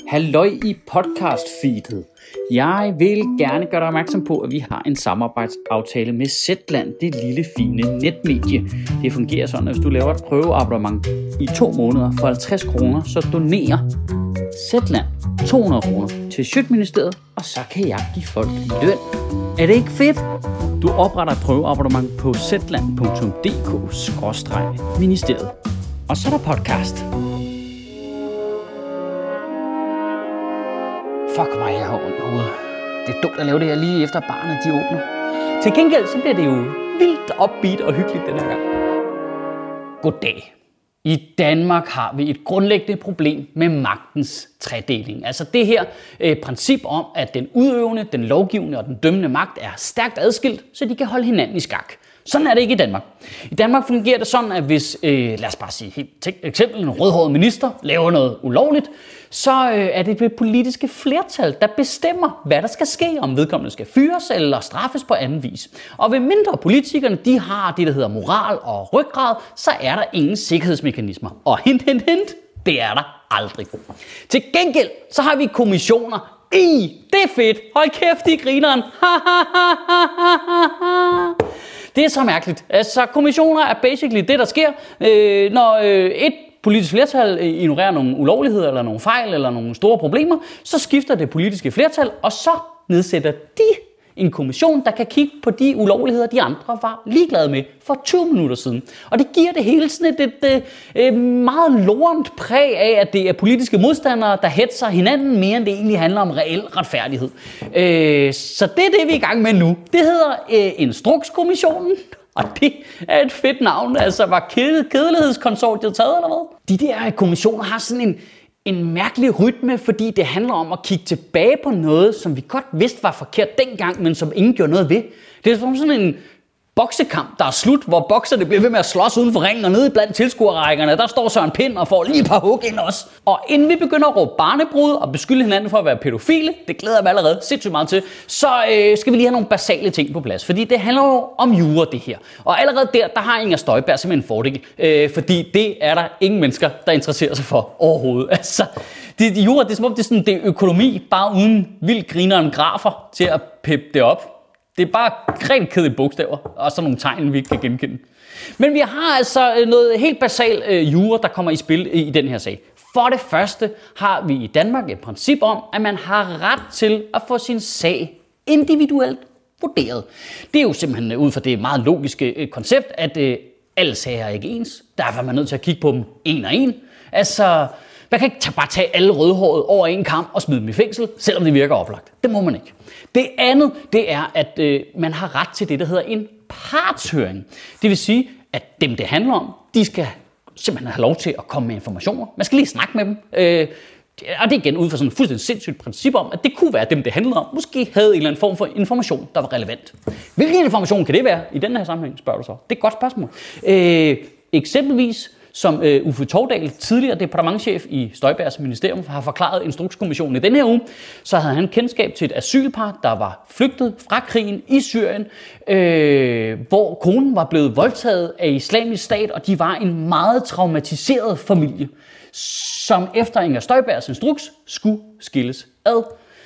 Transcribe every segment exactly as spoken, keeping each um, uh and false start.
Halløj i podcast-feedet. Jeg vil gerne gøre dig opmærksom på, at vi har en samarbejdsaftale med Zetland, det lille fine netmedie. Det fungerer sådan, at hvis du laver et prøveabonnement i to måneder for halvtreds kroner, så donerer Zetland to hundrede kroner til Sjøtministeriet, og så kan jeg give folk løn. Er det ikke fedt? Du opretter et prøveabonnement på zetland punktum d k skråstreg ministeriet. Og så er der podcast. Fuck mig, jeg har ondt i hovedet. Det er dumt at lave det her lige efter barnet de åbner. Til gengæld så bliver det jo vildt upbeat og hyggeligt den her gang. Goddag. I Danmark har vi et grundlæggende problem med magtens tredeling. Altså det her øh, princip om, at den udøvende, den lovgivende og den dømmende magt er stærkt adskilt, så de kan holde hinanden i skak. Sådan er det ikke i Danmark. I Danmark fungerer det sådan, at hvis, øh, lad os bare sige helt eksempel, en rødhåret minister laver noget ulovligt, så øh, er det det politiske flertal, der bestemmer, hvad der skal ske, om vedkommende skal fyres eller straffes på anden vis. Og ved mindre politikerne, de har det, der hedder moral og ryggrad, så er der ingen sikkerhedsmekanismer. Og hint, hint, hint, det er der aldrig. Til gengæld, så har vi kommissioner. I, det er fedt. Hold kæft i grineren. Det er så mærkeligt. Altså, kommissioner er basically det, der sker, øh, når øh, et politisk flertal ignorerer nogle ulovligheder, eller nogle fejl, eller nogle store problemer, så skifter det politiske flertal, og så nedsætter de en kommission, der kan kigge på de ulovligheder, de andre var ligeglade med for tyve minutter siden. Og det giver det hele sådan et, et, et, et meget lorent præg af, at det er politiske modstandere, der hetser hinanden mere, end det egentlig handler om reel retfærdighed. Øh, så det er det, vi er i gang med nu. Det hedder øh, Instrukskommissionen. Og det er et fedt navn. Altså, var kedelighedskonsortiet taget, eller hvad? De der kommissioner har sådan en, en mærkelig rytme, fordi det handler om at kigge tilbage på noget, som vi godt vidste var forkert dengang, men som ingen gjorde noget ved. Det er som sådan en boksekamp, der er slut, hvor bokserne bliver ved med at slås uden for ringen, og nede blandt tilskuerrækkerne, der står Søren Pind og får lige et par hug ind også. Og inden vi begynder at råbe barnebrud og beskylde hinanden for at være pædofile, det glæder jeg mig allerede sindssygt meget til, så øh, skal vi lige have nogle basale ting på plads, fordi det handler jo om jura, det her. Og allerede der, der har Inger Støjberg simpelthen en fordel, øh, fordi det er der ingen mennesker, der interesserer sig for overhovedet. Altså, det, jura, det er som om det er sådan, det er økonomi, bare uden vildt grineren grafer til at peppe det op. Det er bare rigtig kedelige bogstaver, og så nogle tegn, vi ikke kan genkende. Men vi har altså noget helt basalt øh, jura, der kommer i spil i, i den her sag. For det første har vi i Danmark et princip om, at man har ret til at få sin sag individuelt vurderet. Det er jo simpelthen ud fra det meget logiske øh, koncept, at øh, alle sager er ikke ens. Derfor er man nødt til at kigge på dem en og en. Altså, man kan ikke bare tage alle rødhårede over en kamp og smide dem i fængsel, selvom det virker oplagt. Det må man ikke. Det andet, det er, at øh, man har ret til det, der hedder en partshøring. Det vil sige, at dem, det handler om, de skal simpelthen have lov til at komme med informationer. Man skal lige snakke med dem. Øh, og det er igen ud fra sådan et fuldstændig sindssygt princip om, at det kunne være dem, det handler om. Måske havde en eller anden form for information, der var relevant. Hvilken information kan det være i den her sammenhæng, spørger du så? Det er et godt spørgsmål. Øh, eksempelvis som øh, Uffe Toudal, tidligere departementschef i Støjbergs ministerium, har forklaret Instrukskommissionen i denne her uge, så havde han kendskab til et asylpar, der var flygtet fra krigen i Syrien, øh, hvor konen var blevet voldtaget af Islamisk Stat, og de var en meget traumatiseret familie, som efter Inger Støjbergs instruks skulle skilles ad.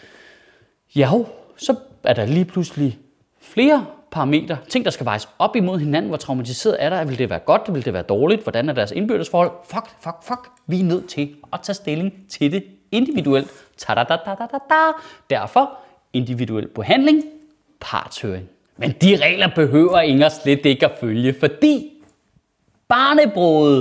Ja, så er der lige pludselig flere parametre, ting der skal vejes op imod hinanden, hvor traumatiseret er der, vil det være godt, vil det være dårligt, hvordan er deres indbyrdes forhold, fuck, fuck, fuck, vi er nødt til at tage stilling til det individuelt. Ta-da-da-da-da-da. Derfor individuel behandling, partshøring. Men de regler behøver Inger slet ikke at følge, fordi barnebrud,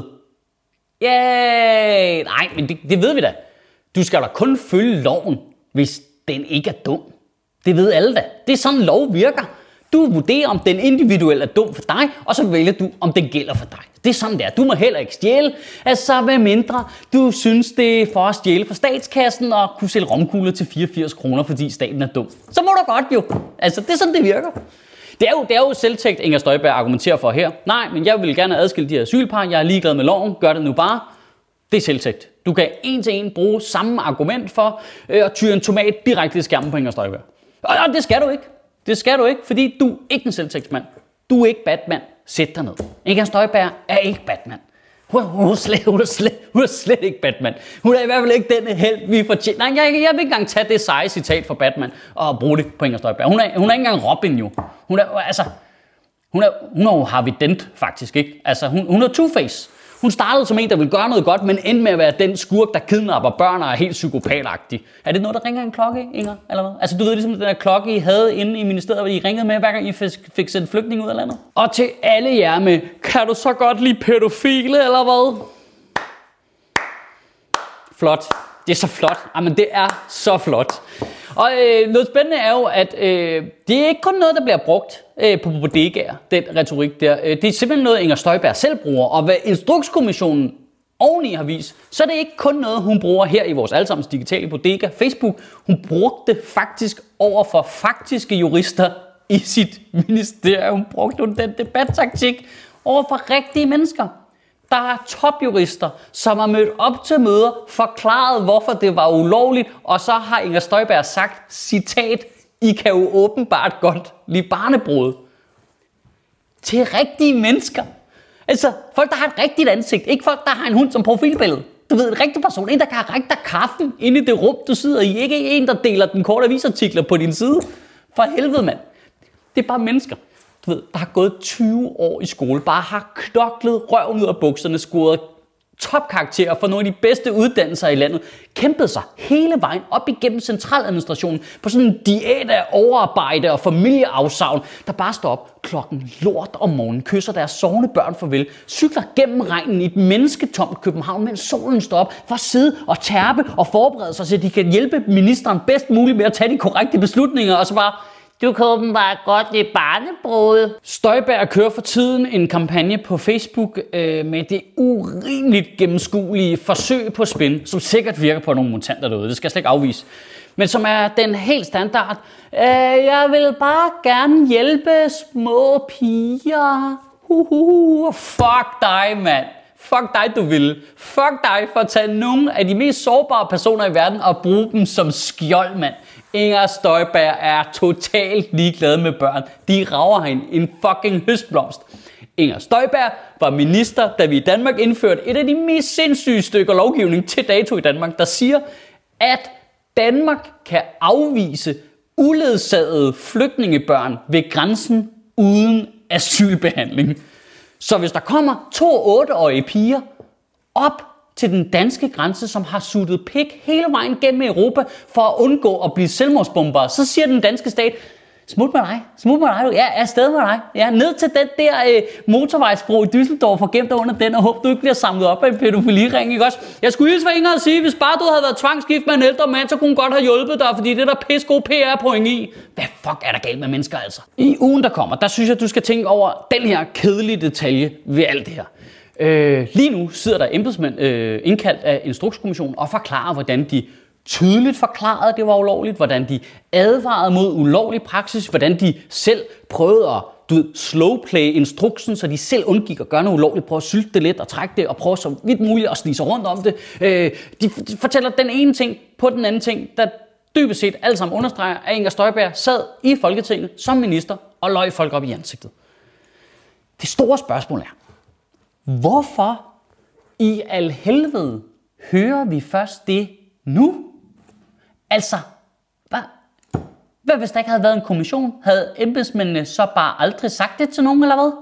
yeah, nej, men det, det ved vi da. Du skal da kun følge loven, hvis den ikke er dum. Det ved alle da. Det er sådan lov virker. Du vurderer, om den individuelle er dum for dig, og så vælger du, om den gælder for dig. Det er sådan der. Du må heller ikke stjæle, altså hvad mindre du synes, det er for at stjæle fra statskassen og kunne sælge romkugler til fireogfirs kroner, fordi staten er dum. Så må du godt jo. Altså, det er sådan, det virker. Det er jo, det er jo selvtægt, Inger Støjberg argumenterer for her. Nej, men jeg vil gerne adskille de her asylpar. Jeg er ligeglad med loven. Gør det nu bare. Det er selvtægt. Du kan en til en bruge samme argument for øh, at tyre en tomat direkte i skærmen på Inger Støjberg. Og, og det skal du ikke. Det skal du ikke, fordi du er ikke en selvtægtsmand. Du er ikke Batman. Sæt dig ned. Inger Støjberg er ikke Batman. Hun er, hun, er slet, hun, er slet, hun er slet ikke Batman. Hun er i hvert fald ikke den held, vi fortjener. Nej, jeg, jeg vil ikke engang tage det seje citat fra Batman og bruge det på Inger Støjberg. Hun er, hun er ikke engang Robin jo. Hun er, altså, hun er, hun er jo Harvey Dent faktisk, ikke? Altså, hun, hun er Two-Face. Hun startede som en, der ville gøre noget godt, men endte med at være den skurk, der kidnapper børn og er helt psykopatagtig. Er det noget, der ringer en klokke, Inger? Eller hvad? Altså, du ved ligesom den der klokke, I havde inde i ministeriet, hvor I ringede med, hver gang I fik, fik sendt flygtninge ud af landet. Og til alle jer med, kan du så godt lide pædofile, eller hvad? Flot. Det er så flot. Jamen, det er så flot. Og øh, noget spændende er jo, at øh, det er ikke kun noget, der bliver brugt øh, på bodegaer, den retorik der. Det er simpelthen noget, Inger Støjberg selv bruger. Og hvad Instrukskommissionen oveni har vist, så er det ikke kun noget, hun bruger her i vores allesammens digitale bodega, Facebook. Hun brugte det faktisk over for faktiske jurister i sit ministerium. Hun brugte hun den debattaktik over for rigtige mennesker. Der er topjurister, som har mødt op til møder, forklaret, hvorfor det var ulovligt, og så har Inger Støjberg sagt, citat, I kan jo åbenbart godt lide barnebrud. Til rigtige mennesker. Altså, folk, der har et rigtigt ansigt. Ikke folk, der har en hund som profilbillede. Du ved, en rigtig person. En, der kan række dig kaffen inde i det rum, du sidder i. Ikke en, der deler den korte avisartikler på din side. For helvede, mand. Det er bare mennesker. Du ved, der har gået tyve år i skole, bare har knoklet røven ud af bukserne, scoret topkarakterer for nogle af de bedste uddannelser i landet, kæmpet sig hele vejen op igennem centraladministrationen på sådan en diæt af overarbejde og familieafsavn, der bare står op klokken lort om morgenen, kysser deres sovende børn farvel, cykler gennem regnen i et mennesketomt København, mens solen står op, for at sidde og tærpe og forberede sig, så de kan hjælpe ministeren bedst muligt med at tage de korrekte beslutninger, og så bare, du kan åbenbart godt lide barnebrød. Støjberg kører for tiden en kampagne på Facebook øh, med det urimeligt gennemskuelige forsøg på spin, som sikkert virker på nogle mutanter derude, det skal jeg slet ikke afvise. Men som er den helt standard. Øh, jeg vil bare gerne hjælpe små piger. Uhuhu. Fuck dig, mand. Fuck dig, du vil. Fuck dig for at tage nogle af de mest sårbare personer i verden og bruge dem som skjold, mand. Inger Støjberg er totalt ligeglad med børn. De rager hende en fucking høstblomst. Inger Støjberg var minister, da vi i Danmark indførte et af de mest sindssyge stykker lovgivning til dato i Danmark, der siger, at Danmark kan afvise uledsagede flygtningebørn ved grænsen uden asylbehandling. Så hvis der kommer to otteårige piger op til den danske grænse, som har suttet pik hele vejen gennem Europa for at undgå at blive selvmordsbombere, så siger den danske stat, smut med dig, smut med dig, du. Ja, er afsted med dig. Ja, ned til den der øh, motorvejsbro i Düsseldorf og gem dig under den, og håb du ikke bliver samlet op af en pædofiliring, ikke også? Jeg skulle hilse for Inger og sige, hvis bare du havde været tvangsgift med en ældre mand, så kunne hun godt have hjulpet dig, fordi det er der pisse god P R-point i. Hvad fuck er der galt med mennesker, altså? I ugen, der kommer, der synes jeg, du skal tænke over den her kedelige detalje ved alt det her. Øh, lige nu sidder der embedsmænd øh, indkaldt af Instrukskommissionen og forklarer, hvordan de tydeligt forklarede, at det var ulovligt, hvordan de advarede mod ulovlig praksis, hvordan de selv prøvede at du ved, slowplay instruksen, så de selv undgik at gøre noget ulovligt, prøve at sylte det lidt og trække det og prøve så vidt muligt at snige sig rundt om det. Øh, de, de fortæller den ene ting på den anden ting, der dybest set alle sammen understreger, at Inger Støjberg sad i Folketinget som minister og løg folk op i ansigtet. Det store spørgsmål er, hvorfor i al helvede hører vi først det nu? Altså, hvad, hvad hvis der ikke havde været en kommission? Havde embedsmændene så bare aldrig sagt det til nogen, eller hvad?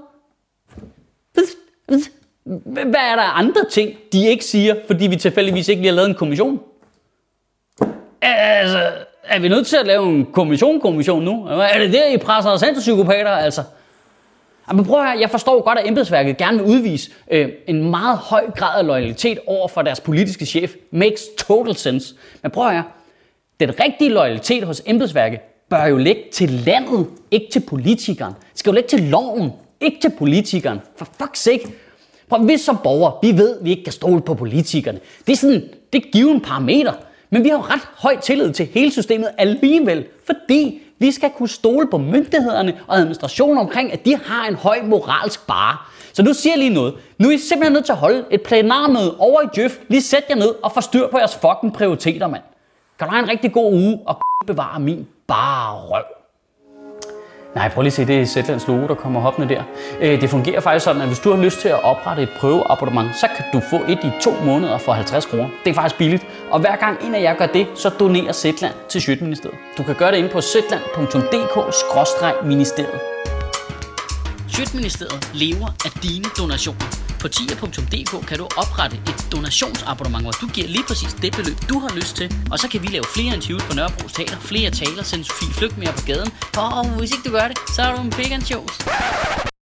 Hvad er der andre ting, de ikke siger, fordi vi tilfældigvis ikke lige har lavet en kommission? Altså, er vi nødt til at lave en kommission-kommission nu? Er det der, I presser os hen til psykopater, altså? Men prøv at høre, jeg forstår godt, at embedsværket gerne vil udvise øh, en meget høj grad af loyalitet over for deres politiske chef. Makes total sense. Men prøv at høre, den rigtige loyalitet hos embedsværket bør jo ligge til landet, ikke til politikeren. Det skal jo ligge til loven, ikke til politikeren. For fuck's sake. Prøv, vi som borgere, vi ved, at vi ikke kan stole på politikerne. Det er sådan, det er givet en parameter. Men vi har jo ret høj tillid til hele systemet alligevel, fordi vi skal kunne stole på myndighederne og administrationen omkring, at de har en høj moralsk barre. Så nu siger jeg lige noget. Nu er I simpelthen nødt til at holde et plenarmøde over i Djøf. Lige sæt jer ned og få styr på jeres fucking prioriteter, mand. Kan du have en rigtig god uge og bevare min bare røv. Nej, prøv lige at se, det er Zetlands logo, der kommer hoppende der. Det fungerer faktisk sådan, at hvis du har lyst til at oprette et prøveabonnement, så kan du få et i to måneder for halvtreds kroner. Det er faktisk billigt. Og hver gang en af jer gør det, så donerer Zetland til Sjøtministeriet. Du kan gøre det inde på zetland punktum d k skråstreg ministeriet. Sjøtministeriet lever af dine donationer. På tier punktum d k kan du oprette et donationsabonnement, hvor du giver lige præcis det beløb, du har lyst til. Og så kan vi lave flere interviews på Nørrebros Teater, flere taler, sende Sofie Flygt mere på gaden. Og hvis ikke du gør det, så er du en big and shows.